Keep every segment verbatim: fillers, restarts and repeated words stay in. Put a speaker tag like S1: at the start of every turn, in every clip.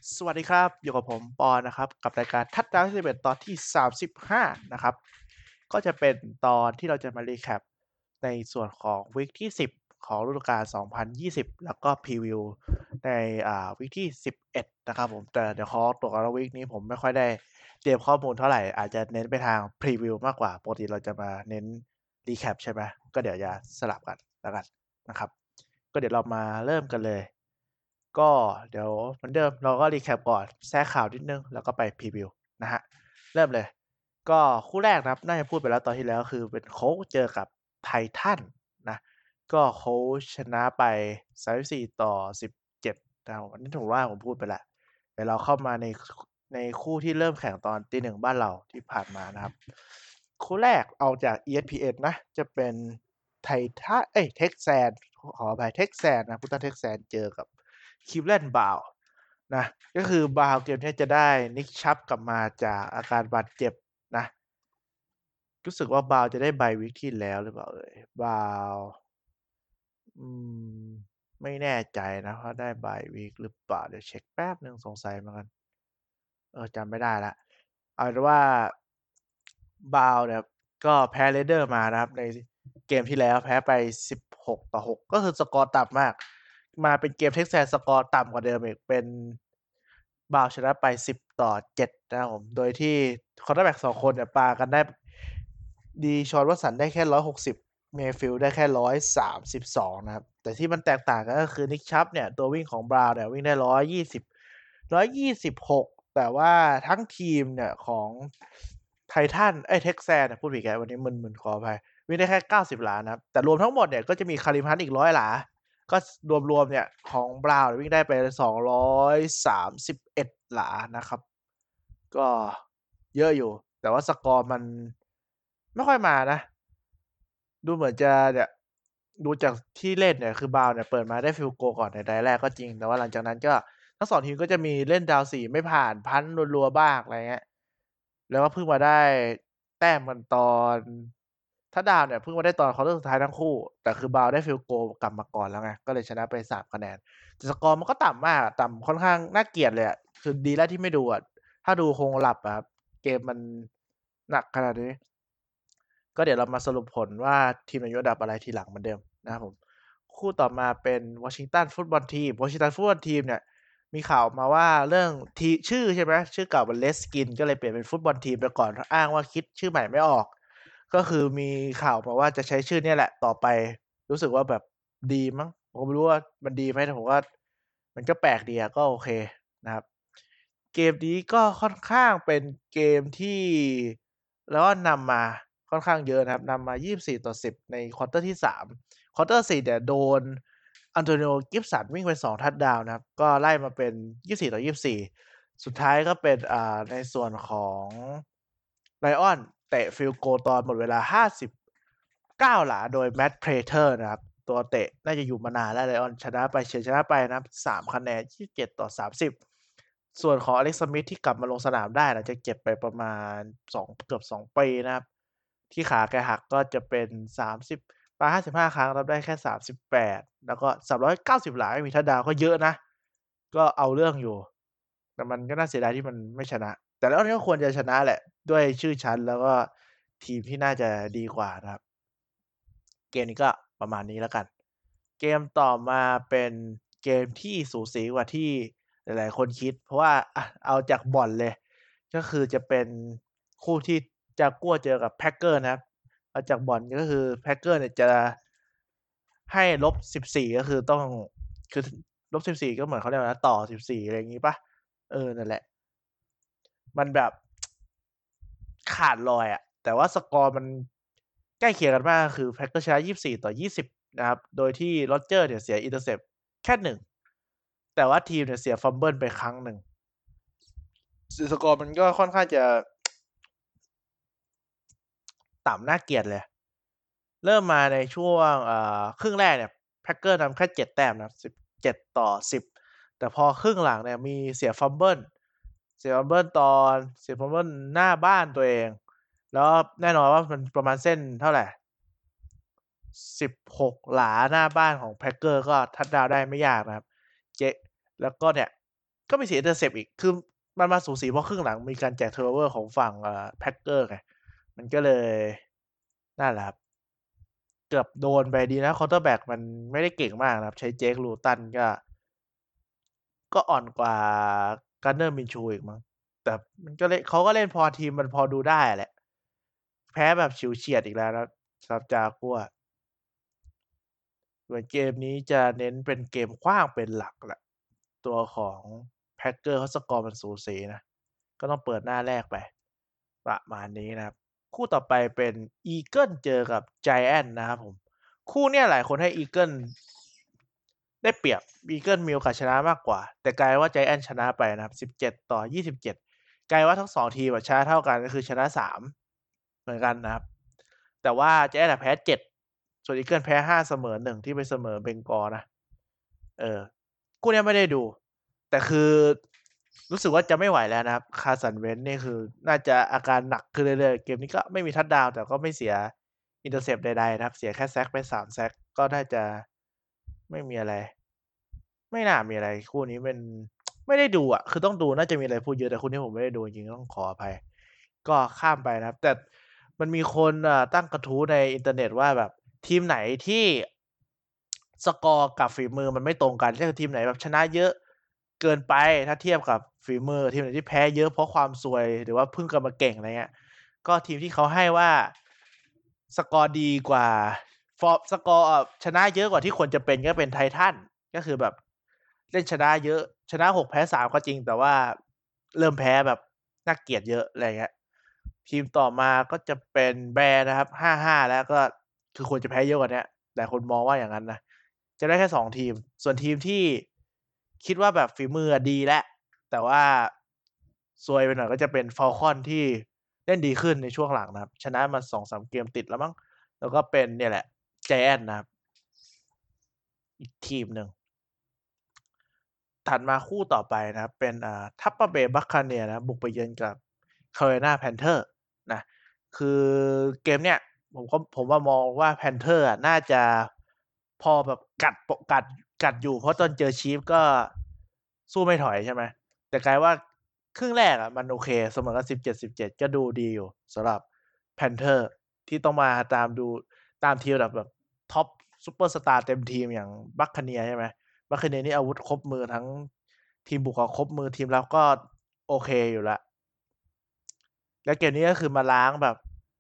S1: สวัสดีครับ อยู่กับผมปอนนะครับ กับรายการทัดดาวที่สิบเอ็ดตอนที่สามสิบห้านะครับ ก็จะเป็นตอนที่เราจะมา recap ในส่วนของวีกที่สิบของฤดูกาลสองพันยี่สิบแล้วก็พรีวิวในอ่าวีกที่สิบเอ็ดนะครับผม แต่เดี๋ยวขอตัวก่อนว่าวีกนี้ผมไม่ค่อยได้เตรียมข้อมูลเท่าไรอาจจะเน้นไปทางพรีวิวมากกว่าปกติเราจะมาเน้น recap ใช่ไหมก็เดี๋ยวจะสลับกันแล้วกันนะครับ ก็เดี๋ยวเรามาเริ่มกันเลย ก็เดี๋ยวเหมือนเดิมเราก็ recap ก่อนแทรกข่าวนิดนึงแล้วก็ไปพรีวิวนะฮะเริ่มเลยก็คู่แรกนะครับน่าจะพูดไปแล้วตอนที่แล้วคือเป็นโค้ชเจอกับไททันนะก็โค้ชชนะไปสามสิบสี่ต่อสิบเจ็ดนะครับอันนี้ถูกว่าผมพูดไปแล้วเดี๋ยวเราเข้ามาในในคู่ที่เริ่มแข่งตอนตีหนึ่งบ้านเราที่ผ่านมานะครับคู่แรกเอาจาก อี เอส พี เอ็น นะจะเป็นไททันเอ้ยเท็กซัสขออภัยเท็กซัสนะพุตตันเท็กซัสเจอกับ Cleveland Browns นะก็คือ Browns เกมนี้จะได้ Nick Chubb กลับมาจากอาการบาดเจ็บนะรู้สึกว่า Browns จะได้บายวีกที่แล้วหรือเปล่าเอ่ย Browns อืมไม่แน่ใจนะว่าได้บายวีกหรือเปล่าเดี๋ยวเช็กแป๊บหนึ่งสงสัยเหมือนกันเออจำไม่ได้แล้วเอาเป็นว่า Browns เนี่ยก็แพ้ Raiders มานะครับในเกมที่แล้วแพ้ไปสิบหกต่อหกก็คือสกอร์ต่ำมากมาเป็นเกม Texans สกอร์ต่ำกว่าเดิมอีกเป็น Browns ชนะไปสิบต่อเจ็ดนะครับผมโดยที่ Quarterback สองคนเนี่ยปากันได้ Deshaun Watson ได้แค่หนึ่งร้อยหกสิบ Mayfield ได้แค่หนึ่งร้อยสามสิบสองนะครับแต่ที่มันแตกต่างกันก็คือ Nick Chubb เนี่ยตัววิ่งของ Browns เนี่ยวิ่งได้หนึ่งร้อยยี่สิบ หนึ่งร้อยยี่สิบหกแต่ว่าทั้งทีมเนี่ยของไททันเอ้ยเท็กซัสเนี่ยพูดผิดแล้ววันนี้มึนๆขออภัยวิ่งได้แค่เก้าสิบหลานะครับแต่รวมทั้งหมดเนี่ยก็จะมีคาริมฮันต์อีกร้อยหลาก็รวมๆเนี่ยของบราวน์วิ่งได้ไปสองร้อยสามสิบเอ็ดหลานะครับก็เยอะอยู่แต่ว่าสกอร์มันไม่ค่อยมานะดูเหมือนจะเนี่ยดูจากที่เล่นเนี่ยคือบราวน์เนี่ยเปิดมาได้ Field Goal ก่อนในไดร์แรกก็จริงแต่ว่าหลังจากนั้นก็ทั้งสองทีมก็จะมีเล่นดาวสี่ไม่ผ่านพันต์รัวๆบ้างอะไรเงี้ยแล้วก็เพิ่งมาได้แต้มกันตอนถ้าดาวเนี่ยเพิ่งมาได้ตอน ควอเตอร์ สุดท้ายทั้งคู่แต่คือบราวน์ได้ Field Goal กลับมาก่อนแล้วไงก็เลยชนะไปสามคะแนนแต่สกอร์มันก็ต่ำมากอะต่ำค่อนข้างน่าเกลียดเลยอะคือดีแล้วที่ไม่ดูอะถ้าดูคงหลับอะครับเกมมันหนักขนาดนี้ ก็เดี๋ยวเรามาสรุปผลว่าทีมไหนอยู่อันดับอะไรทีหลังเหมือนเดิมนะครับผมคู่ต่อมาเป็นวอชิงตันฟุตบอลทีมวอชิงตันฟุตบอลทีมเนี่ยมีข่าวออกมาว่าเรื่องทีชื่อใช่ไหมชื่อเก่าเป็น Redskins ก็เลยเปลี่ยนเป็นฟุตบอลทีมไปก่อนอ้างว่าคิดชื่อใหม่ไม่ออกก็คือมีข่าวมาว่าจะใช้ชื่อเนี่ยแหละต่อไปรู้สึกว่าแบบดีมั้งผมไม่รู้ว่ามันดีไหมแต่ผมว่ามันก็แปลกดีอะก็โอเคนะครับเกมนี้ก็ค่อนข้างเป็นเกมที่แล้วก็นำมา ค่อนข้างเยอะนะครับนำมายี่สิบสี่ต่อสิบในควอเตอร์ที่สามควอเตอร์สี่เนี่ยโดน Antonio Gibson วิ่งไปสองทัชดาวน์นะครับก็ไล่มาเป็นยี่สิบสี่ต่อยี่สิบสี่สุดท้ายก็เป็นอ่าในส่วนของ Lions เตะฟีลด์โกลตอนหมดเวลาห้าสิบเก้าหลาโดย Matt Prater นะครับตัวเตะน่าจะอยู่มานานแล้ว Lions ชนะไปเฉือนชนะไปนะครับสามคะแนนยี่สิบเจ็ดต่อสามสิบส่วนของ Alex Smith ที่กลับมาลงสนามได้หลังจากเจ็บไปประมาณสองเกือบสองปีนะครับ ที่ขาแกหักก็จะเป็นสามสิบปาห้าสิบห้าครั้งรับได้แค่สามสิบแปดแล้วก็สามร้อยเก้าสิบหลาไม่มีทัชดาวน์ก็เยอะนะก็เอาเรื่องอยู่แต่มันก็น่าเสียดายที่มันไม่ชนะแต่แล้วนี้ก็ควรจะชนะแหละด้วยชื่อชั้นแล้วก็ทีมที่น่าจะดีกว่านะครับเกมนี้ก็ประมาณนี้แล้วกันเกมต่อมาเป็นเกมที่สูสีกว่าที่หลายๆคนคิดเพราะว่าอะเอาจากบ่อนเลยก็คือจะเป็นคู่ที่ Jaguars เจอกับ Packers นะครับ เอาจากบอลก็คือ Packers เนี่ยจะให้ลบสิบสี่ก็คือต้องคือลบสิบสี่ก็เหมือนเขาเรียกว่าอะไรนะต่อสิบสี่อะไรอย่างงี้เปล่าเออนั่นแหละมันแบบขาดลอยอะแต่ว่าสกอร์มันใกล้เคียงกันมากก็คือ Packers ชนะยี่สิบสี่ต่อยี่สิบนะครับโดยที่ Rodgers เนี่ยเสีย intercept แค่หนึ่งแต่ว่าทีมเนี่ยเสีย fumble ไปครั้งหนึ่งซึ่งสกอร์มันก็ค่อนข้างจะต่ำน่าเกลียดเลย เริ่มมาในช่วงเอ่อครึ่งแรกเนี่ย Packers นำแค่เจ็ดแต้มนะครับสิบเจ็ดต่อสิบแต่พอครึ่งหลังเนี่ยมีเสีย Fumble เสีย Fumble ตอนเสีย Fumble หน้าบ้านตัวเองแล้วแน่นอนว่ามันประมาณเส้นเท่าไรสิบหกหลาหน้าบ้านของ Packers ก็ทัชดาวน์ได้ไม่ยากนะครับเจ๊แล้วก็เนี่ยก็มีเสีย intercept อีก คือมันมาสูสีเพราะครึ่งหลังมีการแจก turnover ของฝั่ง เอ่อ Packers ไง มันก็เลย นั่นแหละครับ เกือบโดนไป ดีนะ ควอเตอร์แบ็กมันไม่ได้เก่งมากนะครับ ใช้ Jake Luton ก็ ก็อ่อนกว่า Gardner Minshew อีกมั้ง แต่มันก็เล่น เขาก็เล่นพอทีมมันพอดูได้แหละ แพ้แบบฉิวเฉียดอีกแล้วนะสำหรับ Jaguars เหมือนเกมนี้จะเน้นเป็นเกมขว้างเป็นหลักแหละ ตัวของ Packers เขาสกอร์มันสูสีนะ ก็ต้องเปิดหน้าแรกไป ประมาณนี้นะครับ คู่ต่อไปเป็น Eagles เจอกับ Giants นะครับผม คู่เนี้ยหลายคนให้ Eagles ได้เปรียบ Eagles มีโอกาสชนะมากกว่า แต่กลายเป็นว่า Giants ชนะไปนะครับ สิบเจ็ดต่อยี่สิบเจ็ด กลายเป็นว่าทั้ง สอง ทีมอะชนะเท่ากัน ก็คือชนะ สาม เหมือนกันนะครับ แต่ว่า Giants อะแพ้ เจ็ด ส่วน Eagles แพ้ ห้า เสมอ หนึ่ง ที่ไปเสมอ Bengals นะ เออ คู่เนี้ยไม่ได้ดู แต่คือรู้สึกว่าจะไม่ไหวแล้วนะครับ Carson Wentz นี่คือน่าจะอาการหนักขึ้นเรื่อยๆ เกมนี้ก็ไม่มีทัชดาวน์ แต่ก็ไม่เสีย intercept ใดๆ นะครับ เสียแค่ sack ไป สาม sack ก็น่าจะไม่มีอะไร ไม่น่ามีอะไร คู่นี้เป็น ไม่ได้ดูอะ คือต้องดูน่าจะมีอะไรพูดเยอะ แต่คู่นี้ผมไม่ได้ดูจริงๆ ต้องขออภัย ก็ข้ามไปนะครับ แต่มันมีคนอ่าตั้งกระทู้ในอินเทอร์เน็ตว่าแบบทีมไหนที่ สกอร์กับฝีมือมันไม่ตรงกัน ก็คือทีมไหนแบบชนะเยอะเกินไป ถ้าเทียบกับฝีมือ ทีมไหนที่แพ้เยอะเพราะความซวย หรือว่าเพิ่งกลับมาเก่ง อะไรเงี้ย ก็ทีมที่เขาให้ว่า สกอร์ดีกว่า ฟอร์ม สกอร์อะชนะเยอะกว่าที่ควรจะเป็น ก็เป็น Titans ก็คือแบบเล่นชนะเยอะ ชนะ หก แพ้ สาม ก็จริง แต่ว่าเริ่มแพ้แบบน่าเกลียดเยอะ อะไรเงี้ย ทีมต่อมาก็จะเป็น Bears นะครับ ห้าห้า แล้วก็คือควรจะแพ้เยอะกว่าเนี้ย หลายคนมองว่าอย่างงั้นนะ จะได้แค่ สอง ทีม ส่วนทีมที่คิดว่าแบบฝีมืออะดีแล้ว แต่ว่าซวยไปหน่อยก็จะเป็น Falcons ที่เล่นดีขึ้นในช่วงหลังนะครับ ชนะมา สองสาม เกมติดแล้วมั้ง แล้วก็เป็นเนี่ยแหละ Giants นะครับ อีกทีมหนึ่ง ถัดมาคู่ต่อไปนะครับ เป็น อ่า Tampa Bay Buccaneers นะครับ บุกไปเยือนกับ Carolina Panthers นะ คือเกมเนี้ยผมก็ ผมอะมองว่า Panthers อะน่าจะพอแบบกัด ป กัด กัดอยู่ เพราะตอนเจอ Chiefs ก็สู้ไม่ถอยใช่ไหม แต่กลายว่าครึ่งแรกอะมันโอเค เสมอกัน สิบเจ็ดสิบเจ็ด ก็ดูดีอยู่สำหรับ Panthers ที่ต้องมาตามดู ตามทีมระดับแบบท็อปซุปเปอร์สตาร์เต็มทีมอย่าง Buccaneers ใช่ไหม Buccaneers นี่อาวุธครบมือ ทั้งทีมบุกอะครบมือ ทีมรับก็โอเคอยู่แล้ว แล้วเกมนี้ก็คือมาล้างแบบ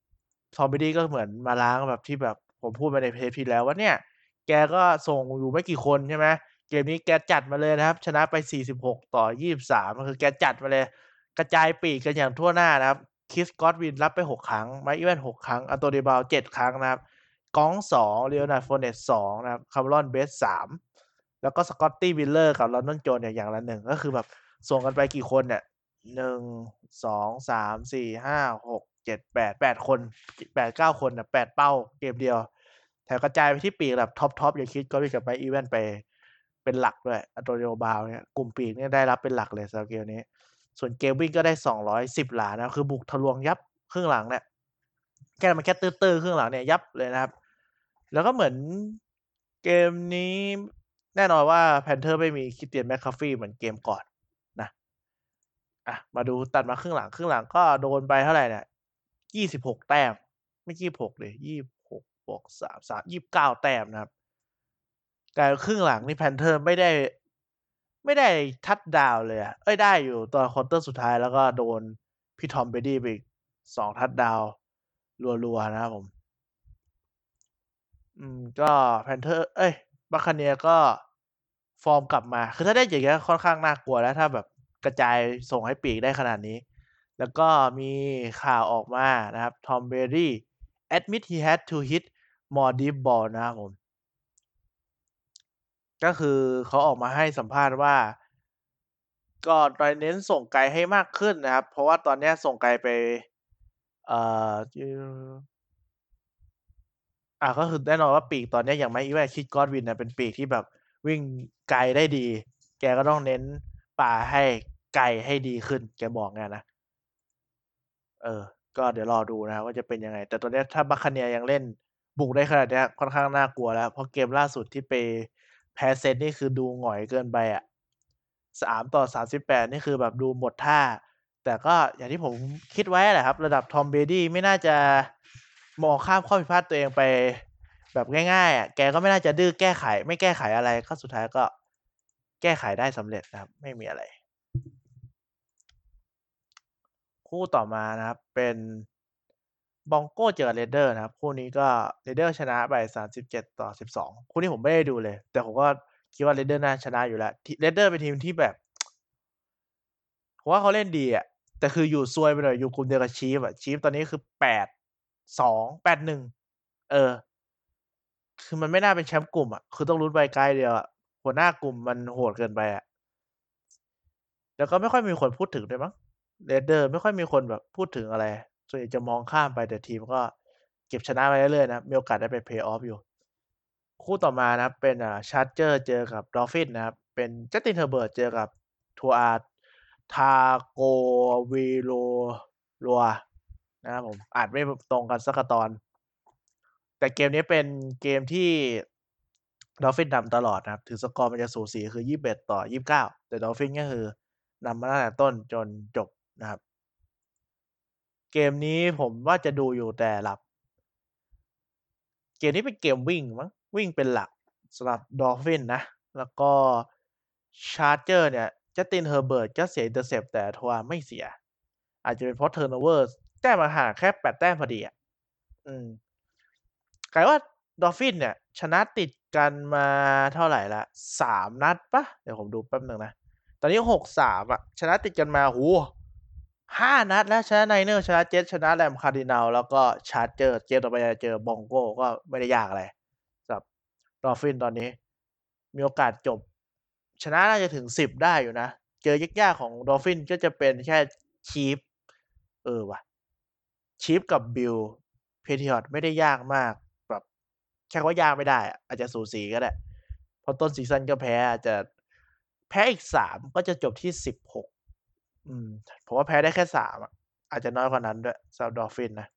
S1: Tom Brady ก็เหมือนมาล้างแบบที่แบบผมพูดไปในเทปที่แล้วว่า เนี่ย แกก็ส่งอยู่ไม่กี่คนใช่ไหม เกมนี้แกจัดมาเลยนะครับ ชนะไป สี่สิบหกต่อยี่สิบสาม ก็คือแกจัดมาเลย กระจายปีกกันอย่างทั่วหน้านะครับ Chris Godwin รับไป หก ครั้ง Mike Evans หก ครั้ง Antonio Brown เจ็ด ครั้งนะครับ Gronk สอง Leonard Fournette สอง นะครับ Cameron Braid สาม แล้วก็ Scotty Miller กับ Ronald Jones เนี่ยอย่างละ หนึ่ง ก็คือแบบส่งกันไปกี่คนเนี่ย หนึ่ง สอง สาม สี่ ห้า หก เจ็ด แปด แปด คน แปดเก้า คนน่ะ แปด เป้าเกมเดียว แถมกระจายไปที่ปีกแบบท็อป ๆ อย่าง Chris Godwin กับ Mike Evans ไปเป็นหลักด้วย Antonio Brown เนี่ย กลุ่มปีกเนี่ยได้รับเป็นหลักเลยสำหรับเกมนี้ ส่วนเกมวิ่งก็ได้ สองร้อยสิบ หลานะครับ คือบุกทะลวงยับครึ่งหลังเนี่ย แค่มันแค่ตื้อ ๆ ครึ่งหลังเนี่ยยับเลยนะครับ แล้วก็เหมือนเกมนี้แน่นอนว่า Panthers ไม่มี Christian McCaffrey เหมือนเกมก่อนนะ อะ มาดูตัดมาครึ่งหลัง ครึ่งหลังก็โดนไปเท่าไรเนี่ย ยี่สิบหก แต้ม ไม่ ยี่สิบหก ดิ ยี่สิบหก บวก สาม สาม ยี่สิบเก้า แต้มนะครับ กลายเป็นครึ่งหลังนี่ Panthers ไม่ได้ ไม่ได้ทัชดาวน์เลยอะ เอ๊ย ได้อยู่ตอน ควอเตอร์ สุดท้าย แล้วก็โดนพี่ Tom Brady ไปอีก สอง ทัชดาวน์รัว ๆ นะครับผม อืม ก็ Panthers เอ๊ย Buccaneers ก็ฟอร์มกลับมา คือถ้าได้อย่างเงี้ยค่อนข้างน่ากลัวแล้ว ถ้าแบบกระจายส่งให้ปีกได้ขนาดนี้ แล้วก็มีข่าวออกมานะครับ Tom Brady admit he had to hit more deep ball นะครับผม ก็คือเขาออกมาให้สัมภาษณ์ว่า ก็ไปเน้นส่งไกลให้มากขึ้นนะครับ เพราะว่าตอนเนี้ยส่งไกลไป เอ่อ อา ก็คือแน่นอนว่าปีกตอนเนี้ยอย่าง Mike Evans Chris Godwin น่ะเป็นปีกที่แบบวิ่งไกลได้ดี แกก็ต้องเน้นปาให้ไกลให้ดีขึ้น แกบอกงั้นนะ เออ ก็เดี๋ยวรอดูนะครับว่าจะเป็นยังไง แต่ตอนเนี้ยถ้า Buccaneers ยังเล่นบุกได้ขนาดเนี้ยค่อนข้างน่ากลัวแล้ว เพราะเกมล่าสุดที่ไปแพ้ Saints นี่คือดูหงอยเกินไปอะสามต่อสามสิบแปดนี่คือแบบดูหมดท่าแต่ก็อย่างที่ผมคิดไว้แหละครับระดับทอมเบดี้ไม่น่าจะมองข้ามข้อผิดพลาดตัวเองไปแบบง่ายๆอ่ะแกก็ไม่น่าจะดื้อแก้ไขไม่แก้ไขอะไรก็สุดท้ายก็แก้ไขได้สำเร็จนะครับไม่มีอะไรคู่ต่อมานะครับเป็นบองโก้เจอเรเดอร์นะครับคู่นี้ก็เรเดอร์ชนะไปสามสิบเจ็ดต่อสิบสองคู่นี้ผมไม่ได้ดูเลยแต่ผมก็คิดว่าเรเดอร์น่าชนะอยู่แล้วเรเดอร์เป็นทีมที่แบบผมว่าเขาเล่นดีอ่ะแต่คืออยู่ซวยไปหน่อยอยู่กลุ่มเดียวกับชีฟอ่ะชีฟตอนนี้คือแปดสองแปดหนึ่งเออคือมันไม่น่าเป็นแชมป์กลุ่มอ่ะคือต้องลุ้นไปไกลเดียวอ่ะหัวหน้ากลุ่มมันโหดเกินไปอ่ะแล้วก็ไม่ค่อยมีคนพูดถึงด้วยมั้งเรเดอร์ไม่ค่อยมีคนแบบพูดถึงอะไรส่วนใหญ่จะมองข้ามไปแต่ทีมก็เก็บชนะไปเรื่อยๆนะมีโอกาสได้ไปเพลย์ออฟอยู่คู่ต่อมานะครับเป็นอ่าชาร์เจอร์เจอกับดอลฟินนะครับเป็นจัสตินเฮอร์เบิร์ตเจอกับทัวอาร์ทาโกวีโลรัวนะครับผมอ่านไม่ตรงกันสักตอนแต่เกมนี้เป็นเกมที่ดอลฟินนำตลอดนะครับถึงสกอร์มันจะสูสีคือยี่สิบเอ็ดต่อยี่สิบเก้าแต่ดอลฟินก็คือนำมาตั้งแต่ต้นจนจบนะครับเกมนี้ผมว่าจะดูอยู่แต่หลับเกมนี้เป็นเกมวิ่งมั้งวิ่งเป็นหลักสำหรับดอลฟินนะแล้วก็ชาร์เจอร์เนี่ยจัสตินเฮอร์เบิร์ตก็เสียอินเตอร์เซปแต่ทัวร์ไม่เสียอาจจะเป็นเพราะเทิร์นโอเวอร์แต้มมาห่างแค่แปดแต้มพอดีอ่ะอืม กลายว่าดอ l ฟินเนี่ยชนะติดกันมาเท่าไหร่ละสามนัดปะเดี๋ยวผมดูแป๊บหนึ่งนะตอนนี้หกสามอ่ะชนะติดกันมาโหห้านัดแล้วชนะไนเนอร์ชนะเจ็ตชนะแรมคาร์ดินัลแล้วก็ชาร์เจอร์เจตต่อไปจะเจอบองโก้ก็ไม่ได้ยากอะไรสำหรับดอ l ฟินตอนนี้มีโอกาสจบชนะน่าจะถึงสิบได้อยู่นะเจอยากๆของดอ l ฟินก็จะเป็นแค่ชีฟเออว่ะ ชีฟกับบิลเพเทียร์ไม่ได้ยากมากแบบแค่ว่ายากไม่ได้อะอาจจะสูสีก็ได้เพราะต้นซีซั่นก็แพ้อาจจะแพ้อีกสามก็จะจบที่สิบหกอืมผมว่าแพ้ได้แค่สามอ่ะอาจจะน้อยกว่านั้นด้วยสำหรับดอลฟินนะ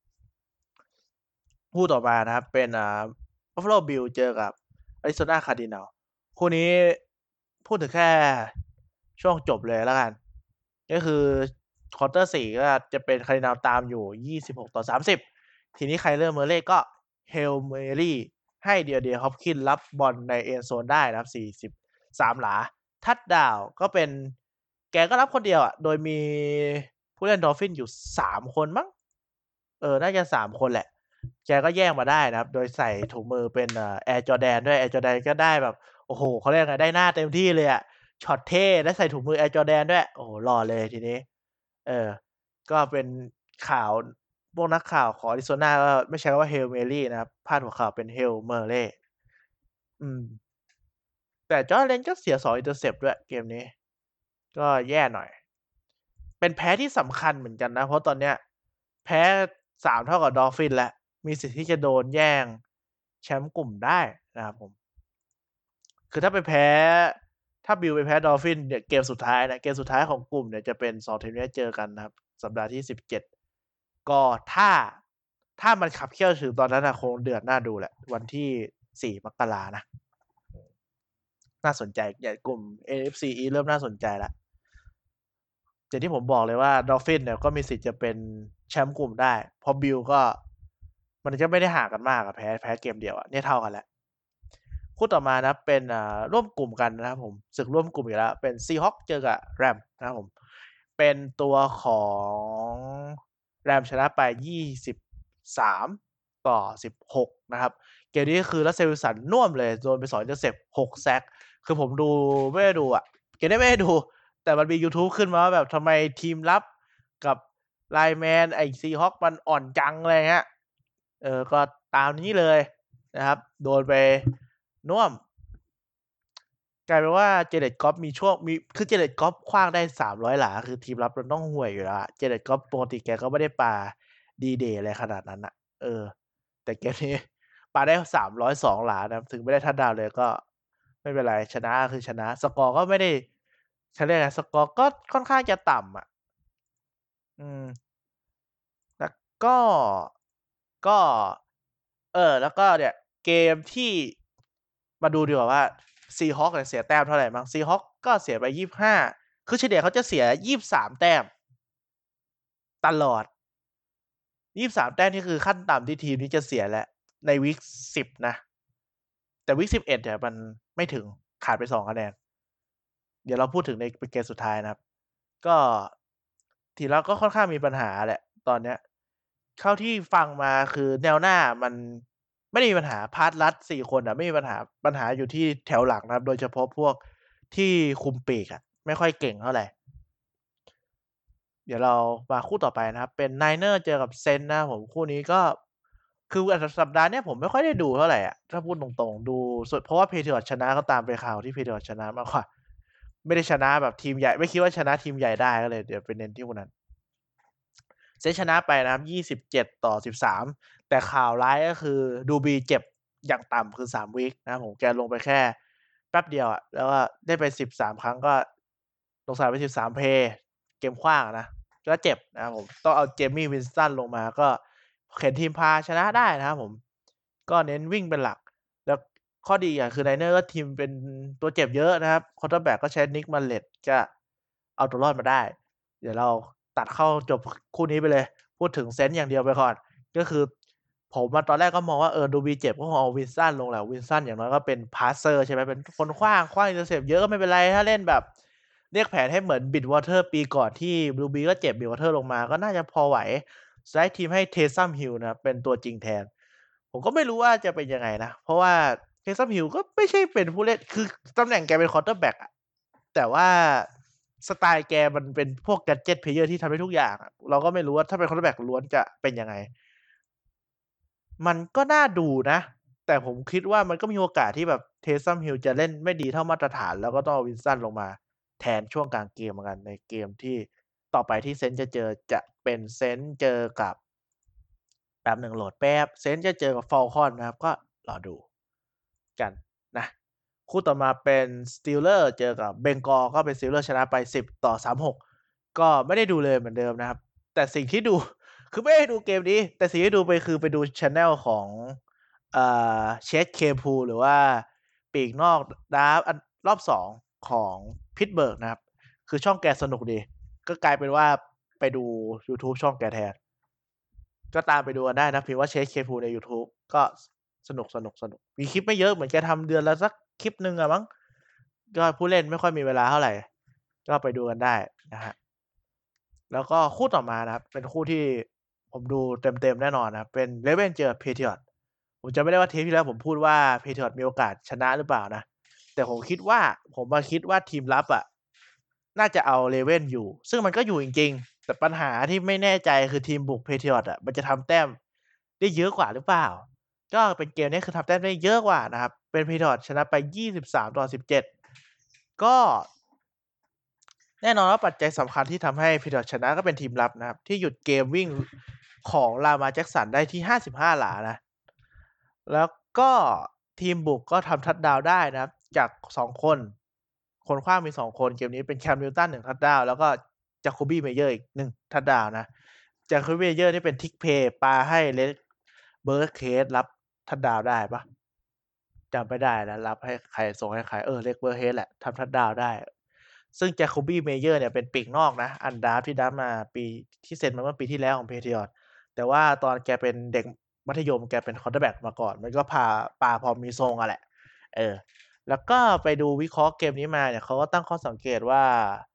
S1: คู่ต่อมานะครับเป็นอ่าบัฟฟาโลบิลเจอกับอาริโซนาคาร์ดินัลคู่นี้พูดถึงแค่ช่วงจบเลยแล้วกันก็คือควอเตอร์สี่ก็จะเป็นคาร์ดินัลตามอยู่ยี่สิบหกต่อสามสิบทีนี้ไคลเลอร์เมอร์เล่ก็เฮลเมอรี่ให้เดียเดียฮอปคินรับบอลในเอ็นโซนได้นะครับสี่สิบสามหลาทัดดาวก็เป็นแกก็รับคนเดียวอ่ะโดยมีผู้เล่นดอลฟินอยู่สามคนมั้งเออน่าจะสามคนแหละแกก็แย่งมาได้นะครับโดยใส่ถุงมือเป็นเอ่อแอร์จอแดนด้วยแอร์จอแดนก็ได้แบบโอ้โหเขาเรียกไงได้หน้าเต็มที่เลยอ่ะช็อตเท่และใส่ถุงมือแอร์จอแดนด้วยโอ้โหหล่อเลยทีนี้เออก็เป็นข่าวพวกนักข่าวของอาริโซนาก็ไม่ใช่ว่าเฮลเมรี่นะครับพาดหัวข่าวเป็นเฮลเมอร์เล่อืมแต่จอร์เลนก็เสียสองอินเตอร์เซปด้วยเกมนี้ก็แย่หน่อย เป็นแพ้ที่สำคัญเหมือนกันนะเพราะตอนเนี้ยแพ้สามเท่ากับดอลฟินแล้วมีสิทธิ์ที่จะโดนแย่งแชมป์กลุ่มได้นะครับผมคือถ้าไปแพ้ถ้าบิลไปแพ้ดอลฟินเนี่ยเกมสุดท้ายนะเกมสุดท้ายของกลุ่มเนี่ยจะเป็นสองทีมนี้เจอกันนะครับสัปดาห์ที่สิบเจ็ดก็ถ้าถ้ามันขับเคี่ยวถึงตอนนั้นนะคงเดือดน่าดูแหละวันที่สี่มกรานะน่าสนใจใหญ่กลุ่ม เอ เอฟ ซี East เริ่มน่าสนใจแล้ว อย่างที่ผมบอกเลยว่าดอลฟินเนี่ยก็มีสิทธิ์จะเป็นแชมป์กลุ่มได้เพราะบิลก็มันจะไม่ได้ห่างกันมากอะแพ้แพ้เกมเดียวอะเนี่ยเท่ากันแล้วคู่ต่อมานะเป็นอ่าร่วมกลุ่มกันนะครับผมศึกร่วมกลุ่มอีกแล้วเป็นซีฮอคเจอกับแรมนะครับผมเป็นตัวของแรมชนะไปยี่สิบสามต่อสิบหกนะครับเกมนี้คือรัสเซลวิลสันน่วมเลยโดนไปสองอินเตอร์เซปหกแซกคือผมดูไม่ได้ดูอะเกมนี้ไม่ได้ดู แต่มันมี YouTube ขึ้นมาว่าแบบทำไมทีมรับกับไลน์แมนไอ้ซีฮอคมันอ่อนจังอะไรเงี้ยเออก็ตามนี้เลยนะครับโดนไปน่วมกลายเป็นว่าเจเน็ตกอฟมีช่วงมีคือเจเน็ตกอฟคว้างได้สามร้อยหลาคือทีมรับมันต้องห่วยอยู่แล้วเจเน็ตกอฟปกติแกก็ไม่ได้ปาดีเดย์อะไรขนาดนั้นอ่ะเออแต่เกมนี้ปาได้สามร้อยสองหลานะถึงไม่ได้ทัดดาวเลยก็ไม่เป็นไรชนะคือชนะสกอร์ก็ไม่ได้เขาเรียกอะไรสกอร์ก็ค่อนข้างจะต่ำอ่ะอืม แล้วก็ก็เออแล้วก็เนี่ยเกมที่มาดูดีกว่าว่า Seahawks เนี่ยเสียแต้มเท่าไรมั้ง Seahawks ก็เสียไปยี่สิบห้าคือเฉลี่ยเขาจะเสียยี่สิบสามแต้มตลอดยี่สิบสามแต้มนี่คือขั้นต่ำที่ทีมนี้จะเสียแล้วในวีกสิบนะแต่วีกสิบเอ็ดเนี่ยมันไม่ถึงขาดไปสองคะแนนเดี๋ยวเราพูดถึงในเกมสุดท้ายนะครับก็ทีมเราก็ค่อนข้างมีปัญหาแหละตอนเนี้ยเท่าที่ฟังมาคือแนวหน้ามันไม่ได้มีปัญหาพาสรัสสี่คนอะไม่มีปัญหาปัญหาอยู่ที่แถวหลังนะครับโดยเฉพาะพวกที่คุมปีกอะไม่ค่อยเก่งเท่าไรเดี๋ยวเรามาคู่ต่อไปนะครับเป็น Niners เจอกับ Saints นะครับผมคู่นี้ก็คืออาจจะสัปดาห์เนี้ยผมไม่ค่อยได้ดูเท่าไรอะถ้าพูดตรงๆดูสุดเพราะว่า Patriots ชนะก็ตามไปข่าวที่ Patriots ชนะมากกว่าไม่ได้ชนะแบบทีมใหญ่ไม่คิดว่าชนะทีมใหญ่ได้ก็เลยเดี๋ยวไปเน้นที่พวกนั้น เซนต์ชนะไปนะครับยี่สิบเจ็ดต่อสิบสามแต่ข่าวร้ายก็คือดูบีเจ็บอย่างต่ำคือสามวีกนะครับผมแกลงไปแค่แป๊บเดียวอะแล้วก็ได้ไปสิบสามครั้งก็ลงสนามไปสิบสามเพลย์เกมขว้างอะนะก็เจ็บนะครับผมต้องเอา Jameis Winston ลงมาก็เข็นทีมพาชนะได้นะครับผมก็เน้นวิ่งเป็นหลักแล้วข้อดีอย่างคือ Niners ก็ทีมเป็นตัวเจ็บเยอะนะครับ Quarterback ก็ใช้ Nick Mullens ก็เอาตัวรอดมาได้ เดี๋ยวเราตัดเข้าจบคู่นี้ไปเลยพูดถึงเซนต์อย่างเดียวไปก่อนก็คือผมอะตอนแรกก็มองว่าเออดูบีเจ็บก็คงเอา Wilson ลงแหละ Wilson อย่างน้อยก็เป็น passer ใช่ไหมเป็นคนขว้างขว้าง intercept เยอะก็ไม่เป็นไรถ้าเล่นแบบเรียกแผนให้เหมือน Bridgewater ปีก่อนที่ Drew Brees ก็เจ็บ Bridgewater ลงมาก็น่าจะพอไหวย้ายทีมให้ Taysom Hill นะครับเป็นตัวจริงแทนผมก็ไม่รู้ว่าจะเป็นยังไงนะเพราะว่า Taysom Hill ก็ไม่ใช่เป็นผู้เล่นคือตำแหน่งแกเป็น quarterback อะแต่ว่าสไตล์แกมันเป็นพวก gadget player ที่ทำได้ทุกอย่างอะเราก็ไม่รู้ว่าถ้าเป็น quarterback ล้วนจะเป็นยังไงมันก็น่าดูนะแต่ผมคิดว่ามันก็มีโอกาสที่แบบ Taysom Hill จะเล่นไม่ดีเท่ามาตรฐานแล้วก็ต้องเอา Wilson ลงมาแทนช่วงกลางเกมเหมือนกันในเกมที่ต่อไปที่ Saints จะเจอจะเป็น Saints เจอกับแป๊บหนึ่งโหลดแป๊บ Saints จะเจอกับ Falcons นะครับก็รอดูกันนะคู่ต่อมาเป็น Steelers เจอกับ Bengals ก็เป็น Steelers ชนะไปสิบต่อสามสิบหกก็ไม่ได้ดูเลยเหมือนเดิมนะครับแต่สิ่งที่ดู คือไม่ได้ดูเกมนี้แต่สิ่งที่ดูไปคือไปดู channel ของอ่า Chase Claypool หรือว่าปีกนอกดราฟต์อันรอบสองของ Pittsburgh นะครับคือช่องแกสนุกดีก็กลายเป็นว่าไปดูยูทูบช่องแกแทนก็ตามไปดูกันได้นะพิมพ์ว่า Chase Claypool ในยูทูบก็สนุกๆๆมีคลิปไม่เยอะเหมือนแกทำเดือนละสักคลิปหนึ่งอะมั้งก็ผู้เล่นไม่ค่อยมีเวลาเท่าไรก็ไปดูกันได้นะครับ แล้วก็คู่ต่อมานะครับเป็นคู่ที่ผมดูเต็มๆแน่นอนนะครับเป็น Ravens เจอ Patriots ผมจำไม่ได้ว่าเทปที่แล้วผมพูดว่า Patriots มีโอกาสชนะหรือเปล่านะแต่ผมคิดว่าผมอะคิดว่าทีมรับอะน่าจะเอา Ravens อยู่ซึ่งมันก็อยู่จริงๆแต่ปัญหาที่ไม่แน่ใจคือทีมบุก Patriots อะมันจะทำแต้มได้เยอะกว่าหรือเปล่าก็เป็นเกมนี้คือทำแต้มได้เยอะกว่านะครับเป็น Patriots ชนะไปยี่สิบสามต่อสิบเจ็ดก็ แน่นอนว่าปัจจัยสำคัญที่ทำให้ Patriots ชนะก็เป็นทีมรับนะครับที่หยุดเกมวิ่งของ Lamar Jackson ได้ที่ห้าสิบห้าหลานะแล้วก็ทีมบุกก็ทำทัชดาวน์ได้นะครับจากสองคนคนขว้างมีสองคนเกมนี้เป็น Cam Newton หนึ่งทัชดาวน์แล้วก็ Jacoby Meyer อีกหนึ่งทัชดาวน์นะ Jacoby Meyer นี่เป็น trick play ปาให้ Rex Burkhead รับทัชดาวน์ได้เปล่าจำไม่ได้แล้วรับให้ใครส่งให้ใครเออ Rex Burkhead แหละทำทัชดาวน์ได้ ซึ่ง Jacoby Meyer เนี่ยเป็นปีกนอกนะ undraft ที่ดราฟต์มาปีที่เซ็นมาเมื่อปีที่แล้วของ Patriots แต่ว่าตอนแกเป็นเด็กมัธยมแกเป็น quarterback มาก่อน มันก็พาปาพอมีทรงอะแหละเออแล้วก็ไปดูวิเคราะห์เกมนี้มาเนี่ยเขาก็ตั้งข้อสังเกตว่า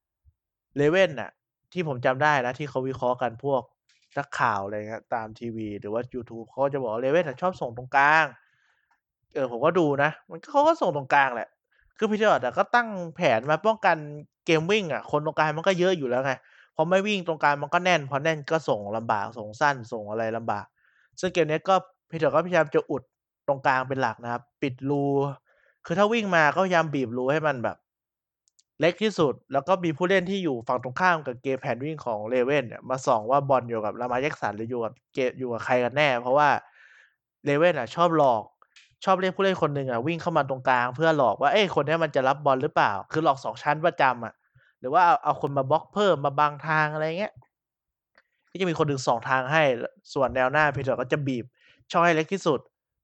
S1: Ravens น่ะที่ผมจำได้นะที่เขาวิเคราะห์กันพวกนักข่าวอะไรเงี้ยตามทีวีหรือว่ายูทูบเขาก็จะบอกว่า Ravens อะชอบส่งตรงกลางเออผมก็ดูนะมันก็เขาก็ส่งตรงกลางแหละ คือ Patriots อะก็ตั้งแผนมาป้องกันเกมวิ่งอะคนตรงกลางมันก็เยอะอยู่แล้วไงพอไม่วิ่งตรงกลางมันก็แน่นพอแน่นก็ส่งลำบากส่งสั้นส่งอะไรลำบากซึ่งเกมนี้ก็ Patriots ก็พยายามจะอุดตรงกลางเป็นหลักนะครับปิดรูคือถ้าวิ่งมาก็พยายามบีบรูให้มันแบบเล็กที่สุดแล้วก็มีผู้เล่นที่อยู่ฝั่งตรงข้ามกับเกมแผนวิ่งของ Ravens เนี่ยมาส่องว่าบอลอยู่กับ Lamar Jackson หรืออยู่กับเกอยู่กับใครกันแน่เพราะว่า Ravens อะชอบหลอก ชอบเรียกผู้เล่นคนหนึ่งอะวิ่งเข้ามาตรงกลางเพื่อหลอกว่าเอ๊ะคนเนี้ยมันจะรับบอลหรือเปล่าคือหลอกสองชั้นประจำอะหรือว่าเอาเอาคนมาบล็อกเพิ่มมาบังทางอะไรเงี้ยก็จะมีคนหนึ่งส่องทางให้ลส่วนแนวหน้า Patriots ก็จะบีบช่องให้เล็กที่สุด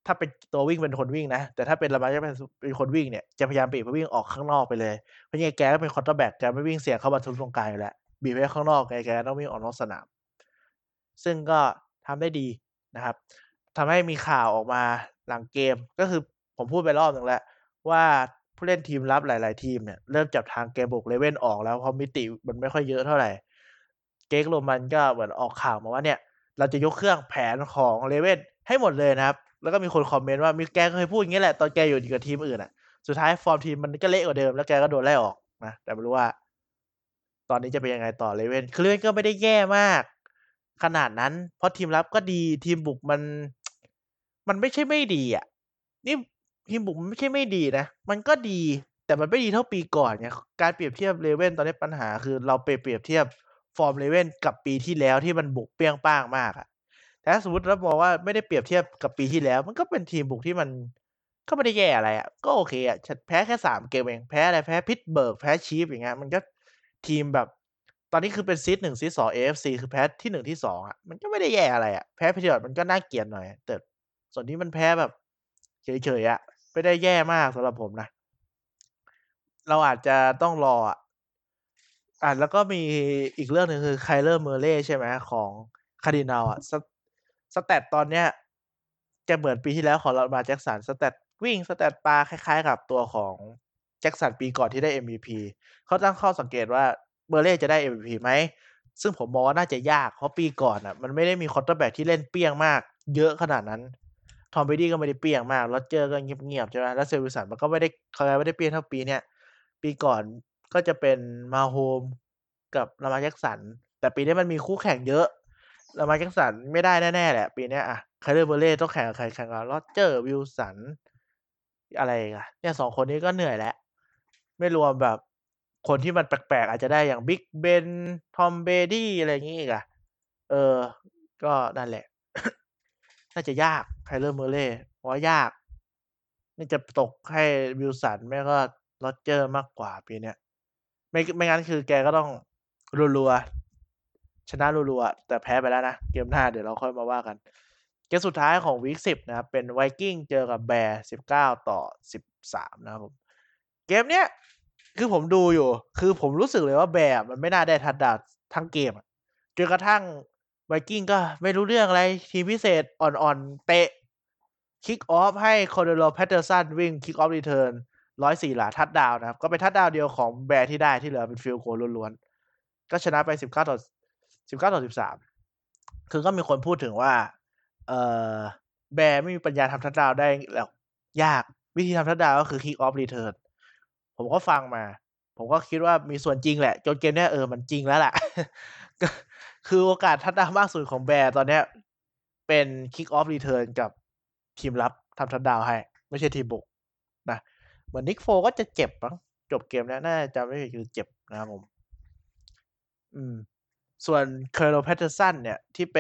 S1: ถ้าเป็นตัววิ่งเป็นคนวิ่งนะแต่ถ้าเป็นลามาร์แจ็กสันเป็นคนวิ่งเนี่ยจะพยายามบีบให้วิ่งออกข้างนอกไปเลยเพราะยังไงแกก็เป็นควอเตอร์แบ็กแกไม่วิ่งเสี่ยงเข้ามาทุบตรงกลางอยู่แล้วบีบไว้ข้างนอกแกแกต้องวิ่งออกนอกสนามซึ่งก็ทำได้ดีนะครับทำให้มีข่าวออกมาหลังเกมก็คือผมพูดไปรอบหนึ่งแล้วว่าผู้เล่นทีมรับหลายๆทีมเนี่ยเริ่มจับทางเกมบุกเลเว่นออกแล้วเพราะมิติมันไม่ค่อยเยอะเท่าไหร่เก๊กโรมันก็เหมือนออกข่าวมาว่าเนี่ยเราจะยกเครื่องแผนของเลเว่นให้หมดเลยนะครับแล้วก็มีคนคอมเมนต์ว่ามีแกเคยพูดอย่างนี้แหละตอนแกอยู่กับทีมอื่นอ่ะสุดท้ายฟอร์มทีมมันก็เละกว่าเดิมแล้วแกก็โดนไล่ออกนะแต่ไม่รู้ว่าตอนนี้จะเป็นยังไงต่อเลเว่นคือเลเว่นก็ไม่ได้แย่มากขนาดนั้นเพราะทีมรับก็ดีทีมบุกมันมันไม่ใช่ไม่ดีอ่ะนี่ทีมบุกมันไม่ใช่ไม่ดีนะมันก็ดีแต่มันไม่ดีเท่าปีก่อนไงการเปรียบเทียบเลเว่นตอนนี้ปัญหาคือเราไปเปรียบเทียบฟอร์มเลเว่นกับปีที่แล้วที่มันบุกเปรี้ยงป้างมากอะแต่ถ้าสมมติเราบอกว่าไม่ได้เปรียบเทียบกับปีที่แล้วมันก็เป็นทีมบุกที่มันก็ไม่ได้แย่อะไรอะก็โอเคอะแพ้แค่สามเกมเองแพ้อะไรแพ้พิตต์เบิร์กแพ้ชีฟอย่างเงี้ยมันก็ทีมแบบตอนนี้คือเป็นซีดหนึ่งซีดสอง เอ เอฟ ซี คือแพ้ที่หนึ่งที่สองอะมันก็ไม่ได้แย่อะไรอะแพ้ Patriots มันก็น่าเกลียดหน่อยแต่ส่วนนี้มันแพ้แบบเฉยๆอะไม่ได้แย่มากสำหรับผมนะเราอาจจะต้องรออะอ่าแล้วก็มีอีกเรื่องหนึ่งคือ Kyler Murray ใช่ไหมของ Cardinals อะสสแตตตอนเนี้ยจะเหมือนปีที่แล้วของ Lamar Jackson สแตตวิ่งสแตตปาคล้ายๆกับตัวของ Jackson ปีก่อนที่ได้ เอ็ม วี พี เขาตั้งข้อสังเกตว่า Murray จะได้ เอ็ม วี พี ไหมซึ่งผมมองว่าน่าจะยากเพราะปีก่อนอ่ะมันไม่ได้มี quarterback ที่เล่นเปี้ยงมากเยอะขนาดนั้น Tom Brady ก็ไม่ได้เปี้ยงมาก Rodgers ก็เงียบๆใช่ไหม Russell Wilson มันก็ไม่ได้เขาไม่ได้เปี้ยงเท่าปีเนี้ยปีก่อนก็จะเป็น Mahomes กับ Lamar Jackson แต่ปีนี้มันมีคู่แข่งเยอะ Lamar Jackson ไม่ได้แน่ๆแหละปีเนี้ยอะ Kyler Murray ต้องแข่งกับใครแข่งกับ Rodgers Wilson อะไรอีกอะเนี่ยสองคนนี้ก็เหนื่อยแล้วไม่รวมแบบคนที่มันแปลกๆอาจจะได้อย่าง Big Ben Tom Brady อะไรอย่างงี้อีกอะเออก็นั่นแหละ น่าจะยาก Kyler Murray เพราะว่ายากน่าจะตกให้ Wilson ไม่ก็ Rodgers มากกว่าปีเนี้ยไม่ไม่งั้นคือแกก็ต้องรัวๆชนะรัวๆแต่แพ้ไปแล้วนะเกมหน้าเดี๋ยวเราค่อยมาว่ากันเกมสุดท้ายของวีคสิบนะครับเป็น Vikings เจอกับ Bears สิบเก้าต่อสิบสามนะครับผมเกมเนี้ยคือผมดูอยู่คือผมรู้สึกเลยว่า Bears มันไม่น่าได้ทัชดาวน์ทั้งเกมอะจนกระทั่ง Vikings ก็ไม่รู้เรื่องอะไรทีมพิเศษอ่อนๆเตะ Kick off ให้ Cordero Patterson วิ่ง Kick off return หนึ่งร้อยสี่หลาทัชดาวน์นะครับก็เป็นทัชดาวน์เดียวของ Bears ที่ได้ที่เหลือเป็น field goal ล้วนๆก็ชนะไปสิบเก้าต่อสิบเก้าต่อสิบสามคือก็มีคนพูดถึงว่าเอ่อ Bears ไม่มีปัญญาทำทัชดาวน์ได้หรอกยากวิธีทำทัชดาวน์ก็คือ Kick off return ผมก็ฟังมาผมก็คิดว่ามีส่วนจริงแหละจนเกมเนี้ยเออมันจริงแล้วแหละ ก็คือโอกาสทัชดาวน์มากสุดของ Bears ตอนเนี้ยเป็น Kick off return กับทีมรับทำทัชดาวน์ให้ไม่ใช่ทีมบุกนะเหมือน Nick Foles ก็จะเจ็บมั้งจบเกมเนี้ยน่าจะจำไม่ผิดคือเจ็บนะครับผมอืมส่วน Cordero Patterson เนี่ยที่เป็น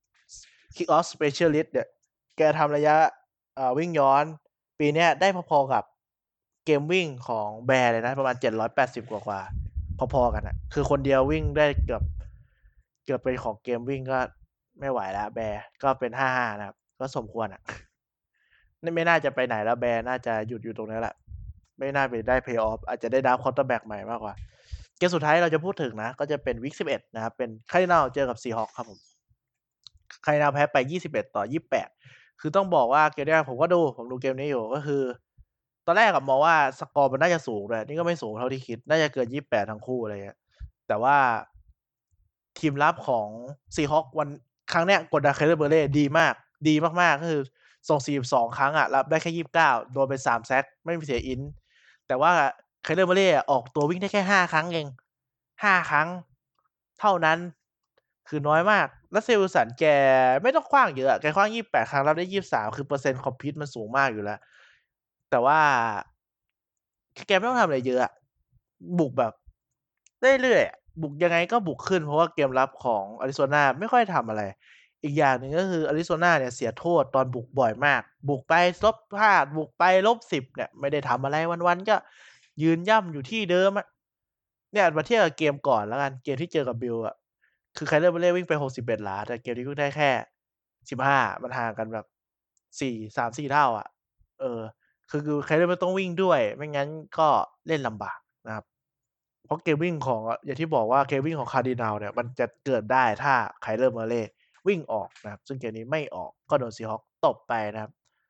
S1: Kick off specialist เนี่ยแกทำระยะอ่าวิ่งย้อนปีเนี้ยได้พอๆกับเกมวิ่งของ Bears เลยนะประมาณเจ็ดร้อยแปดสิบกว่าๆพอๆกันน่ะคือคนเดียววิ่งได้เกือบเกือบเป็นของเกมวิ่งก็ไม่ไหวแล้ว Bears ก็เป็นห้าห้านะครับก็สมควรอะนี่ไม่น่าจะไปไหนแล้ว Bears น่าจะหยุดอยู่ตรงนี้แหละไม่น่าไปได้ play off อาจจะได้ดราฟต์ quarterback ใหม่มากกว่าเกมสุดท้ายเราจะพูดถึงนะก็จะเป็นวีคสิบเอ็ดนะครับเป็น Cardinals เจอกับ Seahawks ครับผม Cardinals แพ้ไปยี่สิบเอ็ดต่อยี่สิบแปดคือต้องบอกว่าเกมเนี้ยผมก็ดูผมดูเกมนี้อยู่ก็คือตอนแรกอะมองว่าสกอร์มันน่าจะสูงด้วยนี่ก็ไม่สูงเท่าที่คิดน่าจะเกินยี่สิบแปดทั้งคู่อะไรเงี้ยแต่ว่าทีมรับของ Seahawks วันครั้งเนี้ยกดดัน Kyler Murray ดีมากดีมากๆก็คือส่งสี่สิบสองครั้งอะรับได้แค่ยี่สิบเก้าโดนไปสามแซ็กไม่มีเสีย int แต่ว่า Kyler Murray อะออกตัววิ่งได้แค่ห้าครั้งเองห้าครั้งเท่านั้นคือน้อยมากแล้ว Russell Wilson แกไม่ต้องขว้างเยอะอะแกขว้างยี่สิบแปดครั้งรับได้ยี่สิบสามคือเปอร์เซ็นต์ complete มันสูงมากอยู่แล้วแต่ว่าแกไม่ต้องทำอะไรเยอะอะบุกแบบเรื่อยๆอะบุกยังไงก็บุกขึ้นเพราะว่าเกมรับของ Arizona ไม่ค่อยทำอะไรอีกอย่างหนึ่งก็คือ Arizona เนี่ยเสียโทษตอนบุกบ่อยมากบุกไปลบห้าบุกไปลบสิบเนี่ยไม่ได้ทำอะไรวันๆก็ยืนย่ำอยู่ที่เดิมอะเนี่ยมาเทียบกับเกมก่อนแล้วกันเกมที่เจอกับ Bills อะคือ Kyler Murray วิ่งไปหกสิบเอ็ดหลาแต่เกมนี้วิ่งได้แค่สิบห้ามันห่างกันแบบสี่ สามสี่ เท่าอะเออคือคือ Kyler มันต้องวิ่งด้วยไม่งั้นก็เล่นลำบากนะครับเพราะเกมวิ่งของอย่างที่บอกว่าเกมวิ่งของ Cardinals เนี่ยมันจะเกิดได้ถ้า Kyler Murray วิ่งออกนะครับซึ่งเกมนี้ไม่ออกก็โดน Seahawks ตบไปนะครับ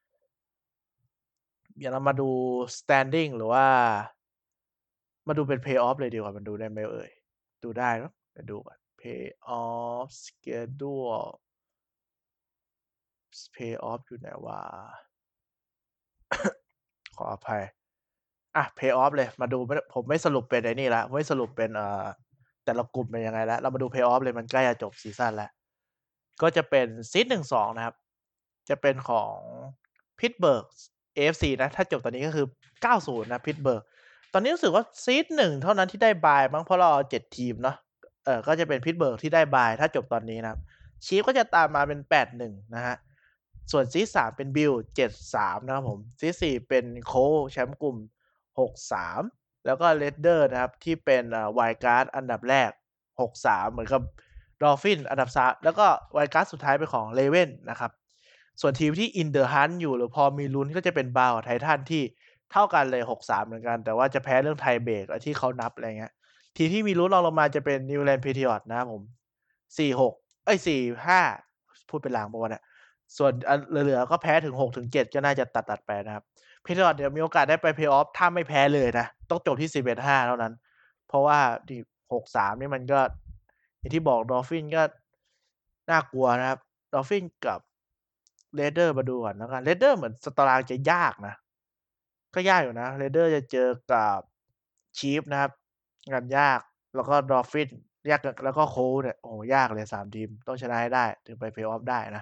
S1: เดี๋ยวเรามาดู standing หรือว่ามาดูเป็น Playoff เลยดีกว่ามันดูได้ไหมเอ่ยดูได้เนาะเดี๋ยวดูก่อน Playoff schedule Playoff อยู่ไหนวะ ขออภัยอ่ะ Playoff เลยมาดูไม่ผมไม่สรุปเป็นไอ้นี่แล้วไม่สรุปเป็นเอ่อแต่ละกลุ่มเป็นยังไงแล้วเรามาดู Playoff เลยมันใกล้จะจบซีซันแล้วก็จะเป็นซีดหนึ่ง สองนะครับจะเป็นของ Pittsburgh เอ เอฟ ซี นะถ้าจบตอนนี้ก็คือเก้าศูนย์นะ Pittsburgh ตอนนี้รู้สึกว่าซีดหนึ่งเท่านั้นที่ได้บายมั้งเพราะเราเอาเจ็ดทีมเนาะเอ่อก็จะเป็น Pittsburgh ที่ได้บายถ้าจบตอนนี้นะครับ Chiefs ก็จะตามมาเป็นแปดหนึ่งนะฮะ ส่วนซีดสามเป็นบิลเจ็ดสามนะครับผมซีดสี่เป็นโคลแชมป์กลุ่มหกสามแล้วก็เลดเดอร์นะครับที่เป็นอ่าไวการ์ดอันดับแรกหกสามเหมือนกับดอลฟินอันดับสามแล้วก็ไวการ์ดสุดท้ายเป็นของเลเว่นนะครับส่วนทีมที่อินเดอะฮันอยู่หรือพอมีลุ้นก็จะเป็นบาวกับไททันที่เท่ากันเลยหกสามเหมือนกันแต่ว่าจะแพ้เรื่องไทเบรกที่เขานับอะไรเงี้ยทีมที่มีลุ้นรองลงมาจะเป็นนิวแลนด์เพเทียร์นะครับผมสี่หกเอ้ยสี่ห้าพูดเป็นลางปะวะเนี่ย ส่วนอันเหลือๆก็แพ้ถึงหกถึงเจ็ดก็น่าจะตัดๆไปนะครับ Patriots เดี๋ยวมีโอกาสได้ไป Play-off ถ้าไม่แพ้เลยนะต้องจบที่ สิบเอ็ดห้า เท่านั้น เพราะว่าที่หกสามนี่มันก็อย่างที่บอก Dolphins ก็น่ากลัวนะครับ Dolphins กับ Raiders มาดูก่อนแล้วกัน Raiders เหมือนสตารางจะยากนะ ก็ยากอยู่นะ Raiders จะเจอกับ Chiefs นะครับงานยากแล้วก็ Dolphins ยากแล้วก็ Colts เนี่ยโอ้โฮยากเลยสามทีมต้องชนะให้ได้ถึงไป Play-off ได้นะ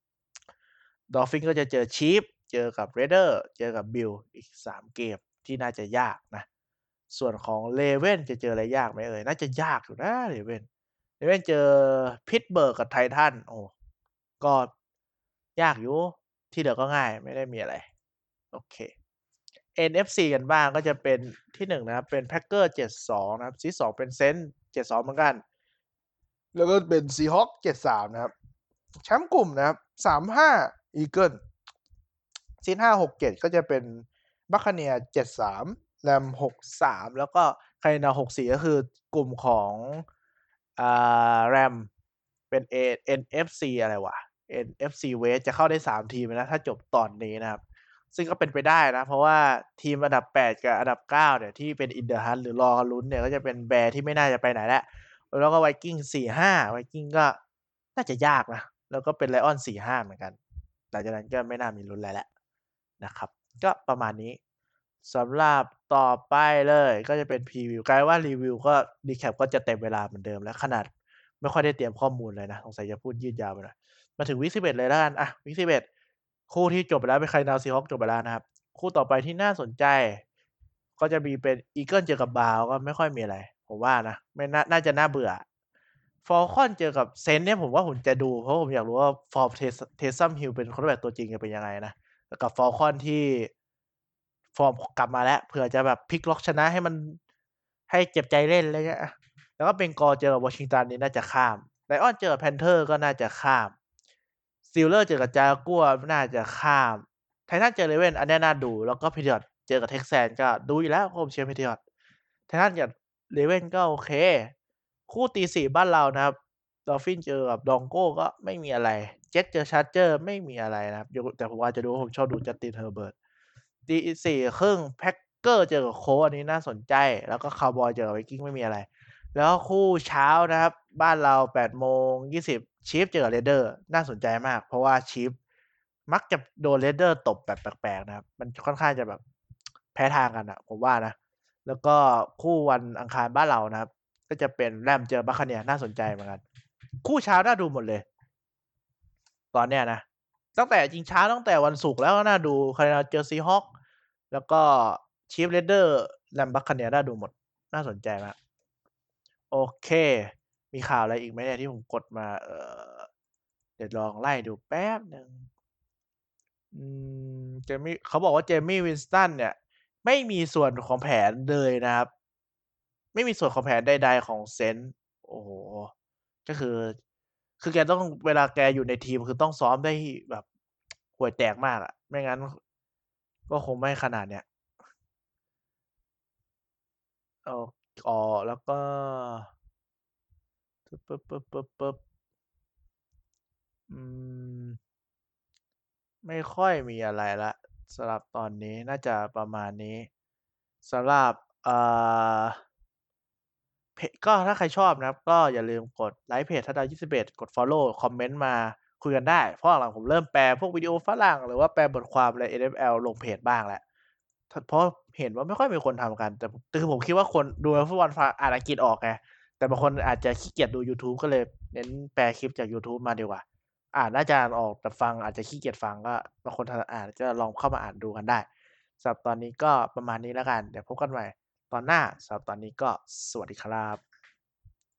S1: Dolphins ก็จะเจอ Chiefs เจอกับ Raiders เจอกับ Bills อีกสามเกมที่น่าจะยากนะส่วนของ Ravens จะเจออะไรยากไหมเอ่ยน่าจะยากอยู่นะ Ravens Ravens เจอ Pittsburgh กับ Titans โอ้ก็ยากอยู่ที่เหลือก็ง่ายไม่ได้มีอะไรโอเค เอ็น เอฟ ซี กันบ้างก็จะเป็นที่หนึ่งนะครับเป็น Packers เจ็ดสองนะครับที่สองเป็น Saints เจ็ดสองเหมือนกันแล้วก็เป็น Seahawks เจ็ดสามนะครับแชมป์กลุ่มนะครับสามห้า Eagles ซีดห้าหกเจ็ดก็จะเป็น Buccaneers เจ็ดสาม Rams หกสามแล้วก็ Cardinals หกสี่ก็คือกลุ่มของอ่า Rams เป็น A เอ็น เอฟ ซี อะไรวะ เอ็น เอฟ ซี West จะเข้าได้สามทีมนะถ้าจบตอนนี้นะครับซึ่งก็เป็นไปได้นะเพราะว่าทีมอันดับแปดกับอันดับเก้าเนี่ยที่เป็น In the Hunt หรือรอลุ้นเนี่ยก็จะเป็น Bears ที่ไม่น่าจะไปไหนแล้วแล้วก็ Vikings สี่ห้า Vikings ก็น่าจะยากนะแล้วก็เป็น Lions สี่ห้าเหมือนกันหลังจากนั้นก็ไม่น่ามีลุ้นอะไรแล้วนะครับก็ประมาณนี้สำหรับต่อไปเลยก็จะเป็นพรีวิวกลายว่ารีวิวก็ recap ก็จะเต็มเวลาเหมือนเดิมแล้วขนาดไม่ค่อยได้เตรียมข้อมูลเลยนะสงสัยจะพูดยืดยาวไปหน่อยมาถึงวีคสิบเอ็ดเลยแล้วกันอ่ะวีคสิบเอ็ดคู่ที่จบไปแล้วเป็น Cardinals Seahawks จบไปแล้วนะครับคู่ต่อไปที่น่าสนใจก็จะมีเป็น Eagles เจอกับ Browns ก็ไม่ค่อยมีอะไรผมว่านะไม่น่าน่าจะน่าเบื่อ Falcons เจอกับ Saints เนี่ยผมว่าผมจะดูเพราะผมอยากรู้ว่าฟอร์ม Taysom Taysom Hill เป็น quarterback ตัวจริงจะเป็นยังไงนะกับ Falcons ที่ฟอร์มกลับมาแล้วเผื่อจะแบบพลิกล็อกชนะให้มันให้เจ็บใจเล่นอะไรเงี้ยอะแล้วก็ Bengals เจอกับ Washington นี่น่าจะข้าม Lions เจอกับ Panthers ก็น่าจะข้าม Steelers เจอกับ Jaguars น่าจะข้าม Titans เจอ Ravens อันเนี้ยน่าดูแล้วก็ Patriots เจอกับ Texans ก็ดูอยู่แล้วเพราะผมเชียร์ Patriots Titans กับ Ravens ก็โอเคคู่ตีสี่บ้านเรานะครับ Dolphins เจอกับ Broncos ก็ไม่มีอะไร Jets เจอ Chargers ไม่มีอะไรนะครับยกแต่ผมอาจจะดูว่าผมชอบดู Justin Herbert ตีสี่ครึ่ง Packers เจอกับ Colts อันนี้น่าสนใจแล้วก็ Cowboys เจอกับ Vikings ไม่มีอะไรแล้วคู่เช้านะครับบ้านเราแปดโมงยี่สิบ Chiefs เจอกับ Raiders น่าสนใจมากเพราะว่า Chiefs มักจะโดน Raiders ตบแบบแปลกๆนะครับมันค่อนข้างจะแบบแพ้ทางกันอะผมว่านะแล้วก็คู่วันอังคารบ้านเรานะครับก็จะเป็น Rams เจอ Buccaneers น่าสนใจเหมือนกันคู่เช้าน่าดูหมดเลยตอนเนี้ยนะตั้งแต่จริงเช้าตั้งแต่วันศุกร์แล้วก็น่าดู Cardinals เจอ Seahawks แล้วก็ Chiefs Raiders Rams Buccaneers น่าดูหมดน่าสนใจมากโอเคมีข่าวอะไรอีกไหมเนี่ยที่ผมกดมาเอ่อเดี๋ยวลองไล่ดูแป๊บหนึ่งอืมเจมี่เขาบอกว่า Jameis Winston เนี่ยไม่มีส่วนของแผนเลยนะครับไม่มีส่วนของแผนใดๆของ Saints โอ้โฮก็คือคือแกต้องเวลาแกอยู่ในทีมคือต้องซ้อมได้แบบห่วยแตกมากอะไม่งั้น ก็คงไม่ขนาดเนี้ยเอออ๋อแล้วก็ปึ๊บปึ๊บปึ๊บปึ๊บปึ๊บอืมไม่ค่อยมีอะไรแล้วสำหรับตอนนี้น่าจะประมาณนี้สำหรับเอ่อ เพจก็ถ้าใครชอบนะครับก็อย่าลืมกดไลค์เพจ ทัชดาวน์ ยี่สิบเอ็ด กดฟอลโลว์คอมเมนต์มาคุยกันได้เพราะหลังๆผมเริ่มแปลพวกวิดีโอฝรั่งหรือว่าแปลบทความอะไร เอ็น เอฟ แอล ลงเพจบ้างแล้วทเพราะเห็นว่าไม่ค่อยมีคนทำกันแต่แต่คือผมคิดว่าคนดูฟุตบอลฟาอ่านอังกฤษออกไงแต่บางคนอาจจะขี้เกียจดูยูทูบก็เลยเน้นแปลคลิปจากยูทูบมาดีกว่าอ่านน่าจะอ่านออกแต่ฟังอาจจะขี้เกียจฟังก็บางคนถนัดอ่านก็ลองเข้ามาอ่านดูกันได้สำหรับตอนนี้ก็ประมาณนี้แล้วกันเดี๋ยวพบกันใหม่ตอนหน้าสำหรับตอนนี้ก็สวัสดีครับ